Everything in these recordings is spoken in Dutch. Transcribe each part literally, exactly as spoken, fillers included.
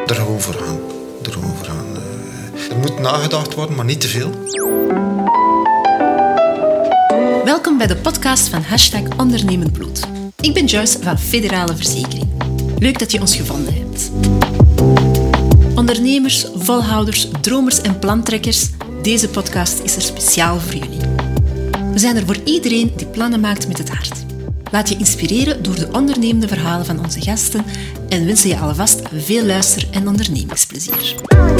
er gewoon voor gaan. Er gewoon voor gaan. Uh, er moet nagedacht worden, maar niet te veel. Welkom bij de podcast van hashtag Ondernemend Bloed. Ik ben Joyce van Federale Verzekering. Leuk dat je ons gevonden hebt. Ondernemers, volhouders, dromers en plantrekkers, deze podcast is er speciaal voor jullie. We zijn er voor iedereen die plannen maakt met het hart. Laat je inspireren door de ondernemende verhalen van onze gasten en wensen je alvast veel luister- en ondernemingsplezier.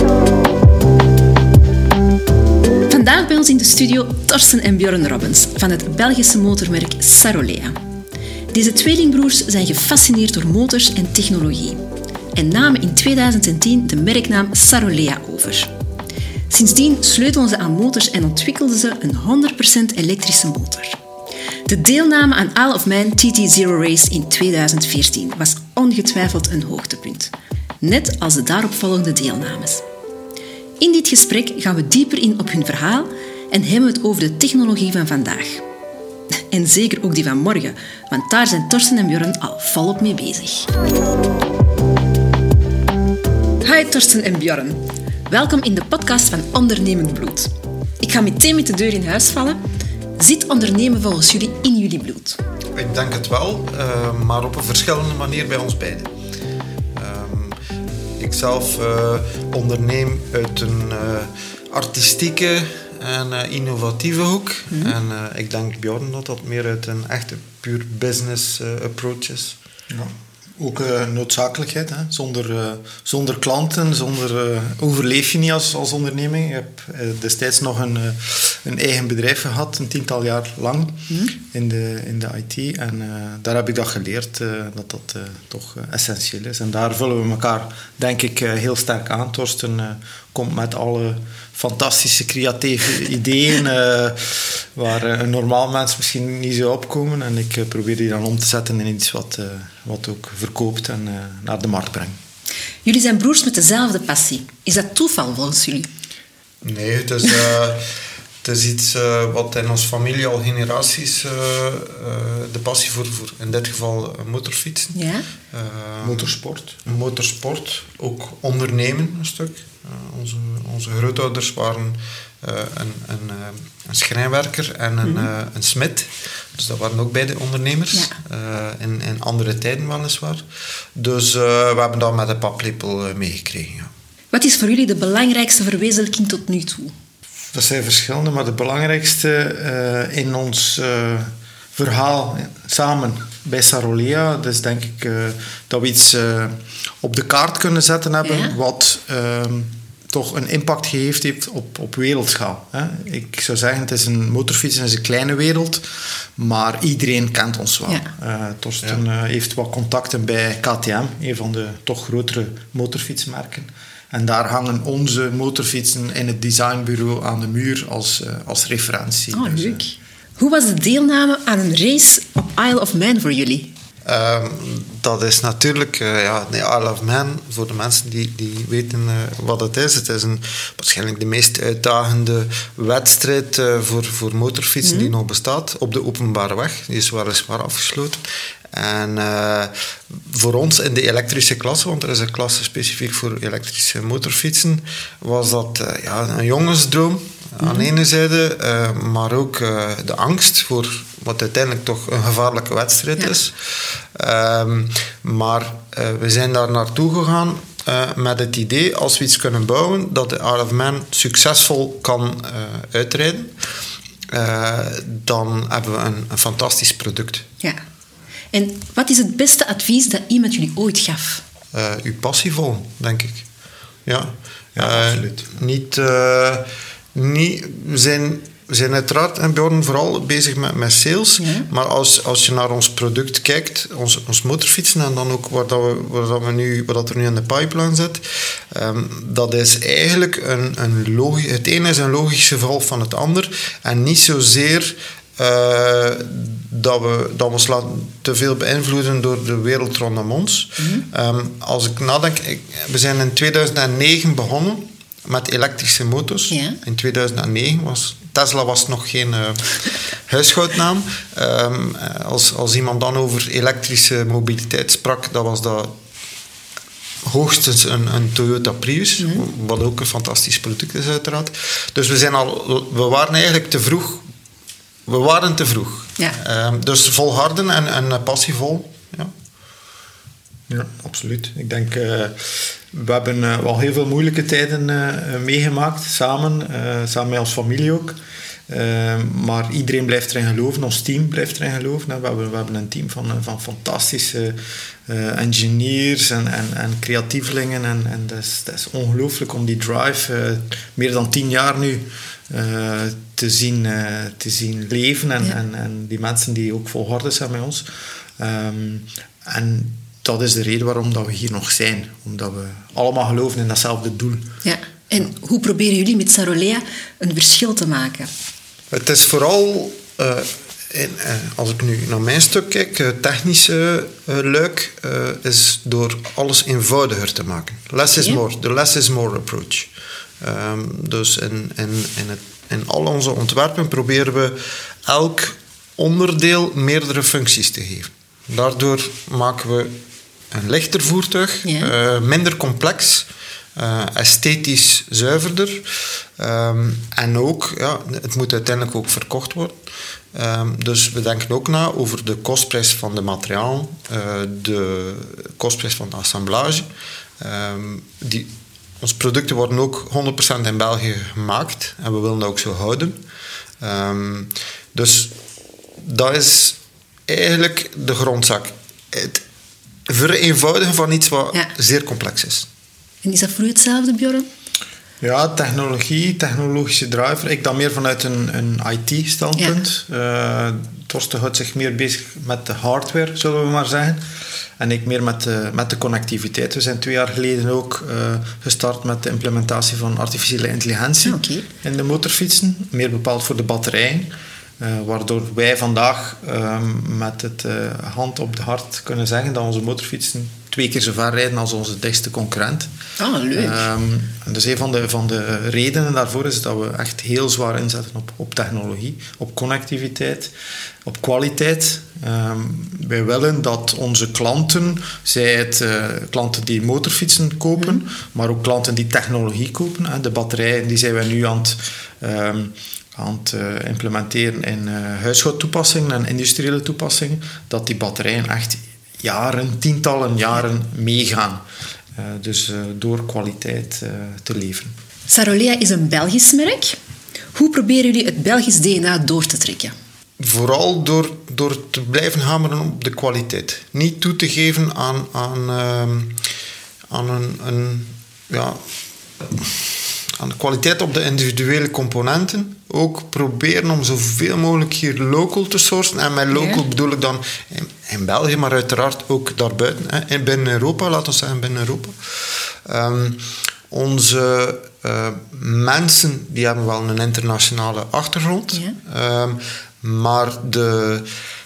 Vandaag bij ons in de studio Torsten en Björn Robbens van het Belgische motormerk Sarolea. Deze tweelingbroers zijn gefascineerd door motors en technologie en namen in tweeduizend tien de merknaam Sarolea over. Sindsdien sleutelden ze aan motors en ontwikkelden ze een honderd procent elektrische motor. De deelname aan Isle of Man T T Zero Race in tweeduizend veertien was ongetwijfeld een hoogtepunt, net als de daaropvolgende deelnames. In dit gesprek gaan we dieper in op hun verhaal en hebben we het over de technologie van vandaag. En zeker ook die van morgen, want daar zijn Torsten en Björn al volop mee bezig. Hi Torsten en Björn. Welkom in de podcast van Ondernemend Bloed. Ik ga meteen met de deur in huis vallen. Zit ondernemen volgens jullie in jullie bloed? Ik denk het wel, uh, maar op een verschillende manier bij ons beiden. Um, ik zelf uh, onderneem uit een uh, artistieke en uh, innovatieve hoek. Mm-hmm. En uh, ik denk, Björn, dat dat meer uit een echte puur business uh, approach is. Ja. Ook uh, noodzakelijkheid. Hè. Zonder, uh, zonder klanten, zonder uh, overleef je niet als, als onderneming. Ik heb uh, destijds nog een, uh, een eigen bedrijf gehad, een tiental jaar lang, mm. in, de, in de I T. En uh, daar heb ik dat geleerd, uh, dat dat uh, toch uh, essentieel is. En daar vullen we elkaar, denk ik, uh, heel sterk aan. Torsten uh, komt met alle fantastische creatieve ideeën uh, waar uh, een normaal mens misschien niet zou opkomen. En ik uh, probeer die dan om te zetten in iets wat, uh, wat ook verkoopt en uh, naar de markt brengt. Jullie zijn broers met dezelfde passie. Is dat toeval volgens jullie? Nee, het is, uh, het is iets uh, wat in onze familie al generaties uh, uh, de passie voor, voor in dit geval uh, motorfietsen. Ja. Uh, Motorsport. Motorsport, ook ondernemen een stuk. Uh, onze, onze grootouders waren uh, een, een, uh, een schrijnwerker en een, mm-hmm. uh, een smid. Dus dat waren ook beide ondernemers. Ja. Uh, in, in andere tijden weliswaar. Dus uh, we hebben dat met een paplepel uh, meegekregen. Ja. Wat is voor jullie de belangrijkste verwezenlijking tot nu toe? Dat zijn verschillende, maar de belangrijkste uh, in ons uh, verhaal samen bij Sarolea, dus denk ik uh, dat we iets uh, op de kaart kunnen zetten hebben, ja. wat uh, toch een impact gegeven heeft op, op wereldschaal. Hè. Ik zou zeggen, het is een motorfiets, het is een kleine wereld, maar iedereen kent ons wel. Ja. Uh, Torsten ja. uh, heeft wat contacten bij K T M, een van de toch grotere motorfietsmerken. En daar hangen onze motorfietsen in het designbureau aan de muur als, uh, als referentie. Oh, dus, leuk. Uh, Hoe was de deelname aan een race op Isle of Man voor jullie? Uh, dat is natuurlijk, uh, ja, nee, Isle of Man, voor de mensen die, die weten uh, wat het is. Het is een, waarschijnlijk de meest uitdagende wedstrijd uh, voor, voor motorfietsen mm. die nog bestaat op de openbare weg. Die is weliswaar afgesloten. En uh, voor ons in de elektrische klasse, want er is een klasse specifiek voor elektrische motorfietsen, was dat uh, ja, een jongensdroom mm-hmm. aan de ene zijde, uh, maar ook uh, de angst voor wat uiteindelijk toch een gevaarlijke wedstrijd ja. is. Um, maar uh, we zijn daar naartoe gegaan uh, met het idee, als we iets kunnen bouwen, dat de Isle of Man succesvol kan uh, uitrijden, uh, dan hebben we een, een fantastisch product. Ja. En wat is het beste advies dat iemand jullie ooit gaf? Uh, uw passie volgen, denk ik. Ja, ja uh, absoluut. Niet, uh, niet, we, zijn, we zijn uiteraard en Björn vooral bezig met, met sales, ja. maar als, als je naar ons product kijkt, ons, ons motorfietsen en dan ook wat, dat we, wat, dat we nu, wat dat er nu in de pipeline zit, um, dat is eigenlijk een, een logisch, het ene is een logisch geval van het ander en niet zozeer Uh, dat we, dat we ons laten te veel beïnvloeden door de wereld rondom ons. Mm-hmm. Um, als ik nadenk, ik, we zijn in tweeduizend negen begonnen met elektrische motors. Yeah. In tweeduizend negen was Tesla was nog geen uh, huishoudnaam. Um, als, als iemand dan over elektrische mobiliteit sprak, dat was dat hoogstens een, een Toyota Prius, mm. wat ook een fantastisch product is uiteraard. Dus we, zijn al, we waren eigenlijk te vroeg. We waren te vroeg. Ja. Um, dus volharden en, en passievol. Ja. Ja, absoluut. Ik denk, uh, we hebben uh, wel heel veel moeilijke tijden uh, meegemaakt, samen, uh, samen met ons familie ook. Uh, maar iedereen blijft erin geloven, ons team blijft erin geloven. Hè. We, hebben, we hebben een team van, van fantastische uh, engineers en, en, en creatievelingen. En, en dat is, dat is ongelooflijk om die drive, uh, meer dan tien jaar nu, uh, te, zien, uh, te zien leven. En, ja. en, en die mensen die ook volharden zijn met ons. Um, en dat is de reden waarom dat we hier nog zijn. Omdat we allemaal geloven in datzelfde doel. Ja. En hoe proberen jullie met Sarolea een verschil te maken? Het is vooral, uh, in, uh, als ik nu naar mijn stuk kijk, het technische uh, luik uh, is door alles eenvoudiger te maken. Less is more, de less is more approach. Um, dus in, in, in, het, in al onze ontwerpen proberen we elk onderdeel meerdere functies te geven. Daardoor maken we een lichter voertuig, ja. uh, minder complex, uh, esthetisch zuiverder. Um, en ook, ja, het moet uiteindelijk ook verkocht worden. Um, dus we denken ook na over de kostprijs van de materiaal, uh, de kostprijs van de assemblage. Um, die, onze producten worden ook honderd procent in België gemaakt en we willen dat ook zo houden. Um, dus dat is eigenlijk de grondzaak. Het vereenvoudigen van iets wat ja. zeer complex is. En is dat voor u hetzelfde, Björn? Ja, technologie, technologische driver. Ik dan meer vanuit een, een I T-standpunt. Ja. Uh, Torsten houdt zich meer bezig met de hardware, zullen we maar zeggen. En ik meer met de, met de connectiviteit. We zijn twee jaar geleden ook uh, gestart met de implementatie van artificiële intelligentie okay. in de motorfietsen. Meer bepaald voor de batterijen. Uh, waardoor wij vandaag uh, met het uh, hand op de hart kunnen zeggen dat onze motorfietsen twee keer zo ver rijden als onze dichtste concurrent. Ah, leuk. Um, dus een van de, van de redenen daarvoor is dat we echt heel zwaar inzetten op, op technologie, op connectiviteit, op kwaliteit. Um, wij willen dat onze klanten, zij het uh, klanten die motorfietsen kopen, mm. maar ook klanten die technologie kopen. Hè. De batterijen die zijn wij nu aan het... Um, aan het uh, implementeren in uh, huishoudtoepassingen en industriële toepassingen, dat die batterijen echt jaren, tientallen jaren meegaan. Uh, dus uh, door kwaliteit uh, te leveren. Sarolea is een Belgisch merk. Hoe proberen jullie het Belgisch D N A door te trekken? Vooral door, door te blijven hameren op de kwaliteit. Niet toe te geven aan, aan, uh, aan een... een ja, aan de kwaliteit op de individuele componenten. Ook proberen om zoveel mogelijk hier local te sourcen. En met local ja. bedoel ik dan in, in België, maar uiteraard ook daarbuiten. Hè, binnen Europa, laten we zeggen binnen Europa. Um, onze uh, mensen die hebben wel een internationale achtergrond. Ja. Um, maar de...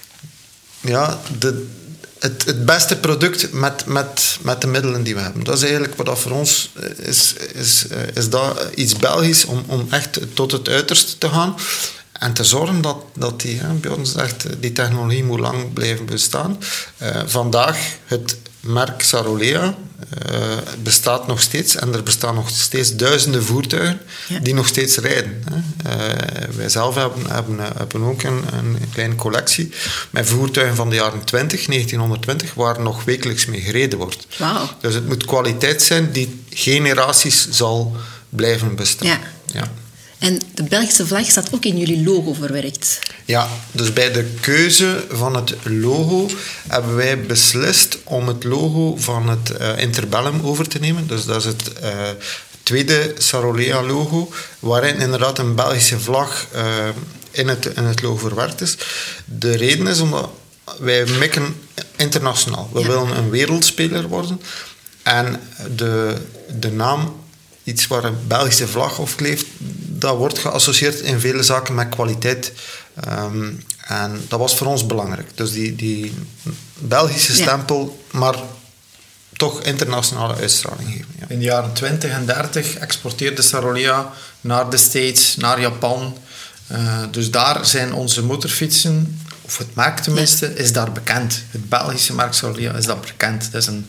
Ja, de... Het, het beste product met, met, met de middelen die we hebben. Dat is eigenlijk wat dat voor ons is, is, is dat iets Belgisch om, om echt tot het uiterste te gaan en te zorgen dat, dat die, hè, Björn zegt, die technologie moet lang blijven bestaan. Uh, vandaag het merk Sarolea uh, bestaat nog steeds en er bestaan nog steeds duizenden voertuigen ja. die nog steeds rijden. Hè. Uh, wij zelf hebben, hebben, hebben ook een, een kleine collectie met voertuigen van de jaren twintig, negentienhonderdtwintig, waar nog wekelijks mee gereden wordt. Wow. Dus het moet kwaliteit zijn die generaties zal blijven bestaan. Ja. Ja. En de Belgische vlag staat ook in jullie logo verwerkt. Ja, dus bij de keuze van het logo hebben wij beslist om het logo van het uh, Interbellum over te nemen. Dus dat is het uh, tweede Sarolea-logo, waarin inderdaad een Belgische vlag uh, in, het, in het logo verwerkt is. De reden is omdat wij mikken internationaal. We ja. willen een wereldspeler worden. En de, de naam, iets waar een Belgische vlag op kleeft, dat wordt geassocieerd in vele zaken met kwaliteit. Um, en dat was voor ons belangrijk. Dus die, die Belgische stempel, ja. maar toch internationale uitstraling geven. Ja. In de jaren twintig en dertig exporteerde Sarolea naar de States, naar Japan. Uh, dus daar zijn onze motorfietsen, of het merk tenminste, ja. is daar bekend. Het Belgische merk Sarolea is daar bekend. Dat is een,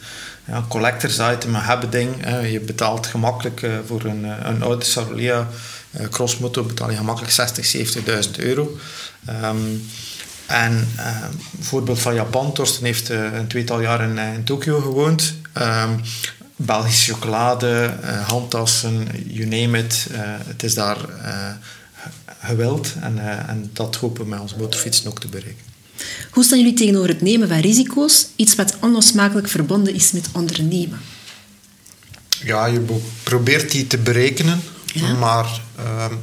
ja, een collectors item, een hebben ding. Uh, je betaalt gemakkelijk uh, voor een, uh, een oude Sarolea uh, crossmotor betaal je gemakkelijk zestig, zeventigduizend euro. Um, en uh, een voorbeeld van Japan, Torsten heeft uh, een tweetal jaar in, uh, in Tokio gewoond. Um, Belgische chocolade, uh, handtassen, you name it. Uh, het is daar uh, gewild en, uh, en dat hopen we met onze motorfietsen ook te bereiken. Hoe staan jullie tegenover het nemen van risico's, iets wat onlosmakelijk verbonden is met ondernemen? Ja, je probeert die te berekenen, ja. maar um,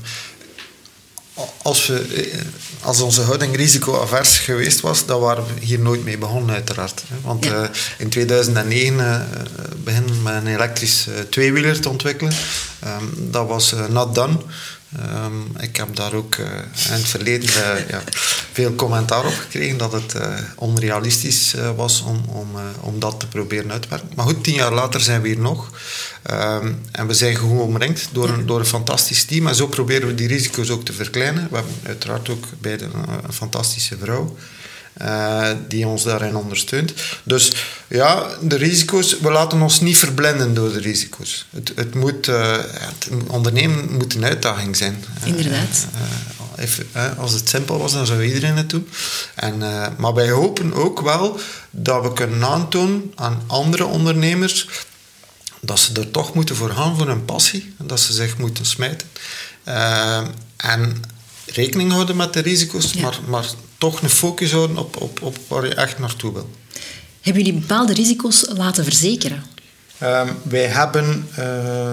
als, we, als onze houding risicoavers geweest was, dan waren we hier nooit mee begonnen uiteraard. Want ja. uh, in tweeduizend negen uh, beginnen met een elektrisch uh, tweewieler te ontwikkelen. Um, dat was uh, not done. Um, ik heb daar ook uh, in het verleden uh, ja, veel commentaar op gekregen dat het uh, onrealistisch uh, was om, om, uh, om dat te proberen uit te werken. Maar goed, tien jaar later zijn we hier nog. Um, en we zijn gewoon omringd door een, door een fantastisch team. En zo proberen we die risico's ook te verkleinen. We hebben uiteraard ook bij de, uh, een fantastische vrouw Uh, die ons daarin ondersteunt. Dus ja, de risico's, we laten ons niet verblinden door de risico's. Het, het, moet, uh, het ondernemen moet een uitdaging zijn. Inderdaad. Uh, uh, even, uh, als het simpel was, dan zou iedereen het doen. En, uh, maar wij hopen ook wel dat we kunnen aantonen aan andere ondernemers dat ze er toch moeten voor gaan voor hun passie. En dat ze zich moeten smijten. Uh, en rekening houden met de risico's, ja. maar, maar toch een focus houden op, op, op waar je echt naartoe wil. Hebben jullie bepaalde risico's laten verzekeren? Um, wij hebben uh,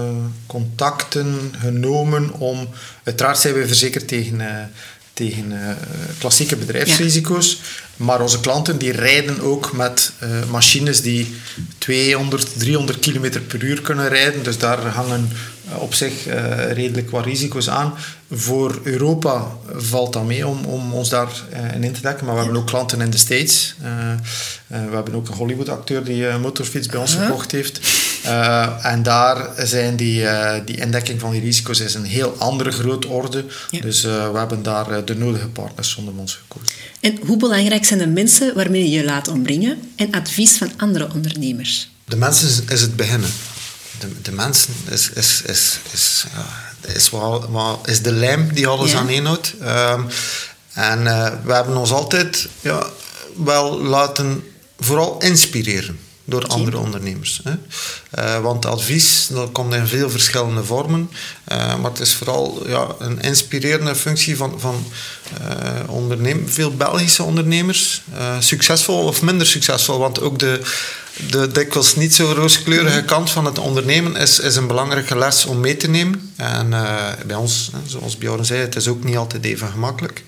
contacten genomen om... Uiteraard zijn wij verzekerd tegen, uh, tegen uh, klassieke bedrijfsrisico's. Ja. Maar onze klanten die rijden ook met uh, machines die tweehonderd, driehonderd kilometer per uur kunnen rijden. Dus daar hangen uh, op zich uh, redelijk wat risico's aan. Voor Europa valt dat mee om, om ons daar uh, in te dekken. Maar we hebben ook klanten in de States. Uh, uh, we hebben ook een Hollywood-acteur die een motorfiets bij ons uh-huh. gekocht heeft. Uh, en daar zijn die, uh, die indekking van die risico's is een heel andere grote orde. Ja. Dus uh, we hebben daar uh, de nodige partners onder ons gekozen. En hoe belangrijk zijn de mensen waarmee je je laat omringen en advies van andere ondernemers? De mensen is, is het beginnen. De, de mensen is, is, is, is, ja, is, wel, wel, is de lijm die alles ja. aaneenhoudt. Um, en uh, we hebben ons altijd ja, wel laten vooral inspireren door okay. andere ondernemers. Hè. Uh, want advies dat komt in veel verschillende vormen. Uh, maar het is vooral ja, een inspirerende functie van, van uh, ondernemen. Veel Belgische ondernemers. Uh, succesvol of minder succesvol. Want ook de, de dikwijls niet zo rooskleurige kant van het ondernemen is, is een belangrijke les om mee te nemen. En uh, bij ons, zoals Bjorn zei, het is ook niet altijd even gemakkelijk.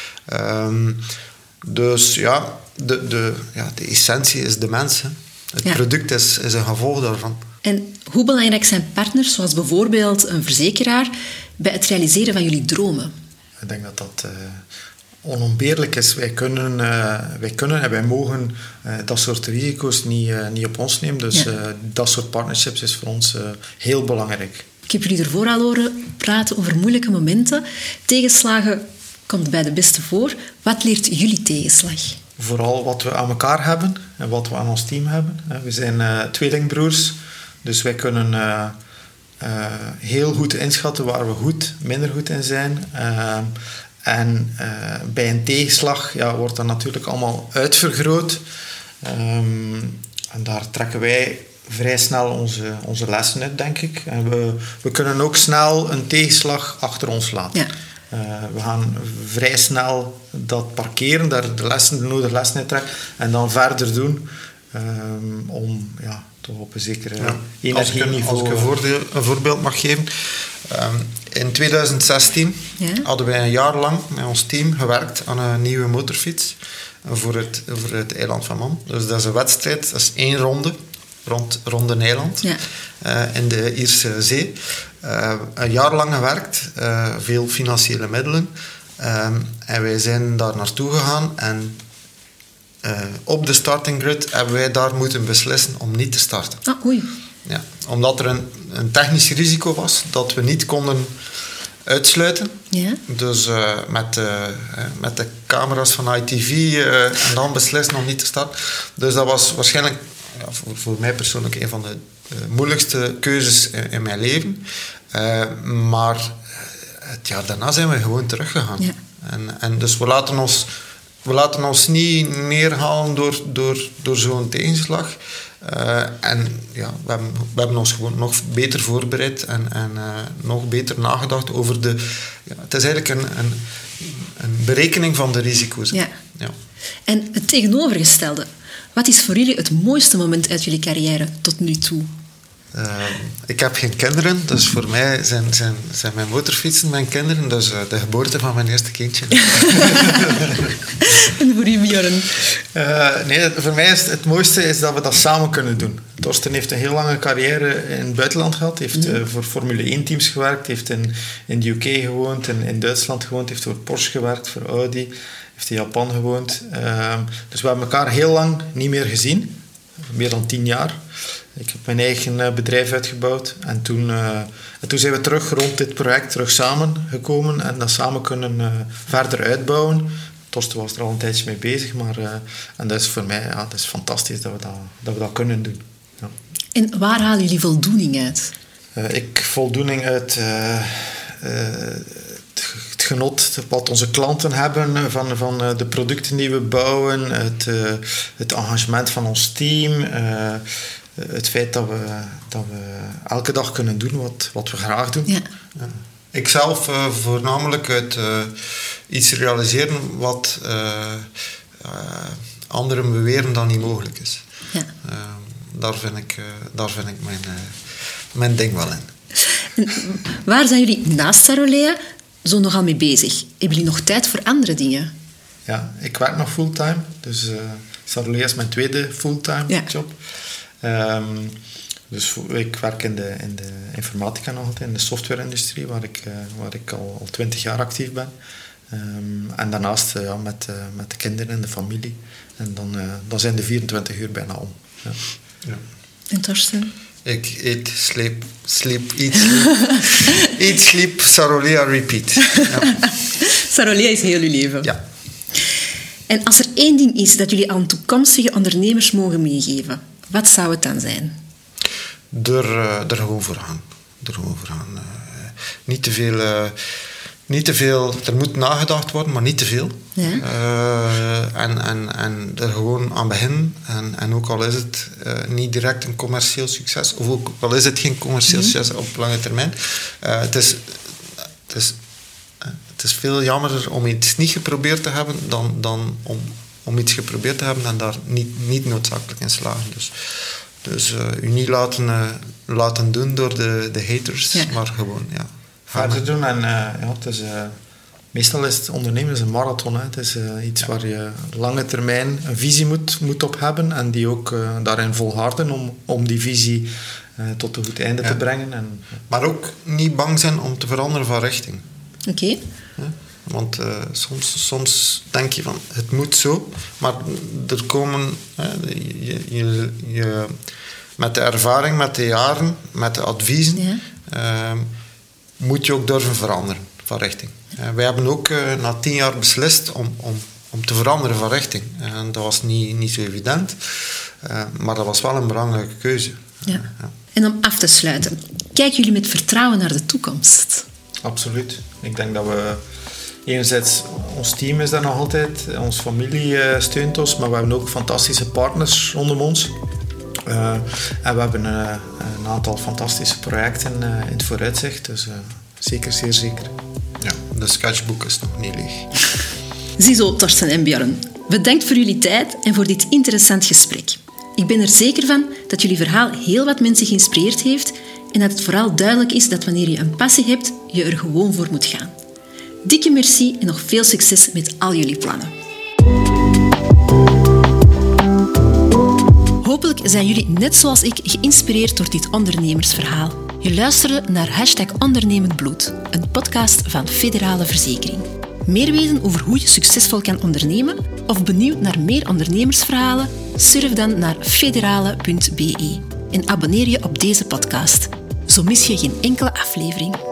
Um, dus ja de, de, ja, de essentie is de mensen. Het ja. product is, is een gevolg daarvan. En hoe belangrijk zijn partners, zoals bijvoorbeeld een verzekeraar, bij het realiseren van jullie dromen? Ik denk dat dat uh, onontbeerlijk is. Wij kunnen, uh, wij kunnen en wij mogen uh, dat soort risico's niet, uh, niet op ons nemen. Dus ja. uh, dat soort partnerships is voor ons uh, heel belangrijk. Ik heb jullie ervoor al horen praten over moeilijke momenten. Tegenslagen komt bij de beste voor. Wat leert jullie tegenslag? Vooral wat we aan elkaar hebben en wat we aan ons team hebben. We zijn uh, tweelingbroers, dus wij kunnen uh, uh, heel goed inschatten waar we goed, minder goed in zijn. Uh, en uh, bij een tegenslag ja, wordt dat natuurlijk allemaal uitvergroot. Um, en daar trekken wij vrij snel onze, onze lessen uit, denk ik. En we, we kunnen ook snel een tegenslag achter ons laten. Ja. Uh, we gaan vrij snel dat parkeren, daar de, lessen, de nodige lessen uit trekken en dan verder doen um, om ja, toch op een zekere ja. energieniveau... Als ik een, voordeel, een voorbeeld mag geven. Um, in tweeduizend zestien ja? hadden wij een jaar lang met ons team gewerkt aan een nieuwe motorfiets voor het, voor het eiland van Man. Dus dat is een wedstrijd, dat is één ronde rond, rond een eiland ja. uh, in de Ierse Zee. Uh, een jaar lang gewerkt, uh, veel financiële middelen. Um, en wij zijn daar naartoe gegaan en uh, op de starting grid hebben wij daar moeten beslissen om niet te starten. Ah, oei. Ja, omdat er een, een technisch risico was dat we niet konden uitsluiten. Ja. Dus uh, met, uh, met de camera's van I T V uh, en dan beslissen om niet te starten. Dus dat was waarschijnlijk ja, voor, voor mij persoonlijk een van de uh, moeilijkste keuzes in, in mijn leven. Uh, maar uh, het jaar daarna zijn we gewoon teruggegaan. Ja. En, en dus we laten ons, we laten ons niet neerhalen door, door, door zo'n tegenslag. Uh, en ja, we hebben, we hebben ons gewoon nog beter voorbereid en, en uh, nog beter nagedacht over de... Ja, het is eigenlijk een, een, een berekening van de risico's. Ja. Ja. En het tegenovergestelde. Wat is voor jullie het mooiste moment uit jullie carrière tot nu toe? Uh, ik heb geen kinderen, dus voor mij zijn, zijn, zijn mijn motorfietsen mijn kinderen. Dus uh, de geboorte van mijn eerste kindje. En voor u, Björn? Uh, nee, voor mij is het, het mooiste is dat we dat samen kunnen doen. Torsten heeft een heel lange carrière in het buitenland gehad. Heeft uh, voor Formule één teams gewerkt. Heeft in, in de U K gewoond, in, in Duitsland gewoond. Heeft voor Porsche gewerkt, voor Audi. Heeft in Japan gewoond. Uh, dus we hebben elkaar heel lang niet meer gezien. Meer dan tien jaar. Ik heb mijn eigen bedrijf uitgebouwd. En toen, uh, en toen zijn we terug rond dit project terug samengekomen. En dat samen kunnen uh, verder uitbouwen. Torsten was er al een tijdje mee bezig. Maar, uh, en dat is voor mij ja, dat is fantastisch dat we dat, dat, we dat kunnen doen. Ja. En waar halen jullie voldoening uit? Uh, ik voldoening uit... Uh, uh, het genot wat onze klanten hebben van, van de producten die we bouwen, het, het engagement van ons team, het feit dat we, dat we elke dag kunnen doen wat, wat we graag doen. Ja. Ja. Ik zelf uh, voornamelijk uit uh, iets realiseren wat uh, uh, anderen beweren dat niet mogelijk is. Ja. Uh, daar vind ik, uh, daar vind ik mijn, uh, mijn ding wel in. En waar zijn jullie naast Sarolea zo nogal mee bezig? Hebben jullie nog tijd voor andere dingen? Ja, ik werk nog fulltime. Dus uh, Sarolea is mijn tweede fulltime ja. job. Um, dus ik werk in de, in de informatica nog altijd, in de software-industrie, waar ik, uh, waar ik al, al twintig jaar actief ben. Um, en daarnaast uh, ja, met, uh, met de kinderen en de familie. En dan, uh, dan zijn de vierentwintig uur bijna om. Ja. Ja. En Torsten? Ik eet, sleep, sleep, eat, sleep. Eat, sleep, Sarolea, repeat. Ja. Sarolea is heel uw leven. Ja. En als er één ding is dat jullie aan toekomstige ondernemers mogen meegeven, wat zou het dan zijn? Er, uh, er gewoon voor gaan. Er gewoon voor gaan. Uh, niet te veel... Uh, Niet te veel, er moet nagedacht worden, maar niet te veel. Ja. Uh, en, en, en er gewoon aan beginnen. En, en ook al is het uh, niet direct een commercieel succes, of ook al is het geen commercieel mm-hmm. succes op lange termijn. Uh, het, is, het, is, uh, het is veel jammerder om iets niet geprobeerd te hebben dan, dan om, om iets geprobeerd te hebben en daar niet, niet noodzakelijk in slagen. Dus, dus uh, u niet laten, uh, laten doen door de, de haters, ja. maar gewoon, ja. Verder doen. En uh, ja, het is, uh, meestal is het ondernemen is een marathon. Hè. Het is uh, iets waar je lange termijn een visie moet, moet op hebben en die ook uh, daarin volharden om, om die visie uh, tot een goed einde ja. te brengen. En, ja. Maar ook niet bang zijn om te veranderen van richting. Oké. Okay. Ja, want uh, soms, soms denk je van het moet zo, maar er komen uh, je, je, je, met de ervaring, met de jaren, met de adviezen. Ja. Uh, moet je ook durven veranderen van richting. Uh, wij hebben ook uh, na tien jaar beslist om, om, om te veranderen van richting. En dat was niet, niet zo evident, uh, maar dat was wel een belangrijke keuze. Ja. Uh, ja. En om af te sluiten, kijken jullie met vertrouwen naar de toekomst? Absoluut. Ik denk dat we... Enerzijds, ons team is daar nog altijd, onze familie uh, steunt ons, maar we hebben ook fantastische partners rondom ons. Uh, en we hebben uh, een aantal fantastische projecten uh, in het vooruitzicht, dus uh, zeker, zeer zeker. Ja, de sketchboek is nog niet leeg. Ziezo, Torsten en Björn. Bedankt voor jullie tijd en voor dit interessant gesprek. Ik ben er zeker van dat jullie verhaal heel wat mensen geïnspireerd heeft en dat het vooral duidelijk is dat wanneer je een passie hebt, je er gewoon voor moet gaan. Dikke merci en nog veel succes met al jullie plannen. Hopelijk zijn jullie net zoals ik geïnspireerd door dit ondernemersverhaal. Je luisterde naar hashtag Ondernemend Bloed, een podcast van Federale Verzekering. Meer weten over hoe je succesvol kan ondernemen of benieuwd naar meer ondernemersverhalen? Surf dan naar federale punt be en abonneer je op deze podcast. Zo mis je geen enkele aflevering.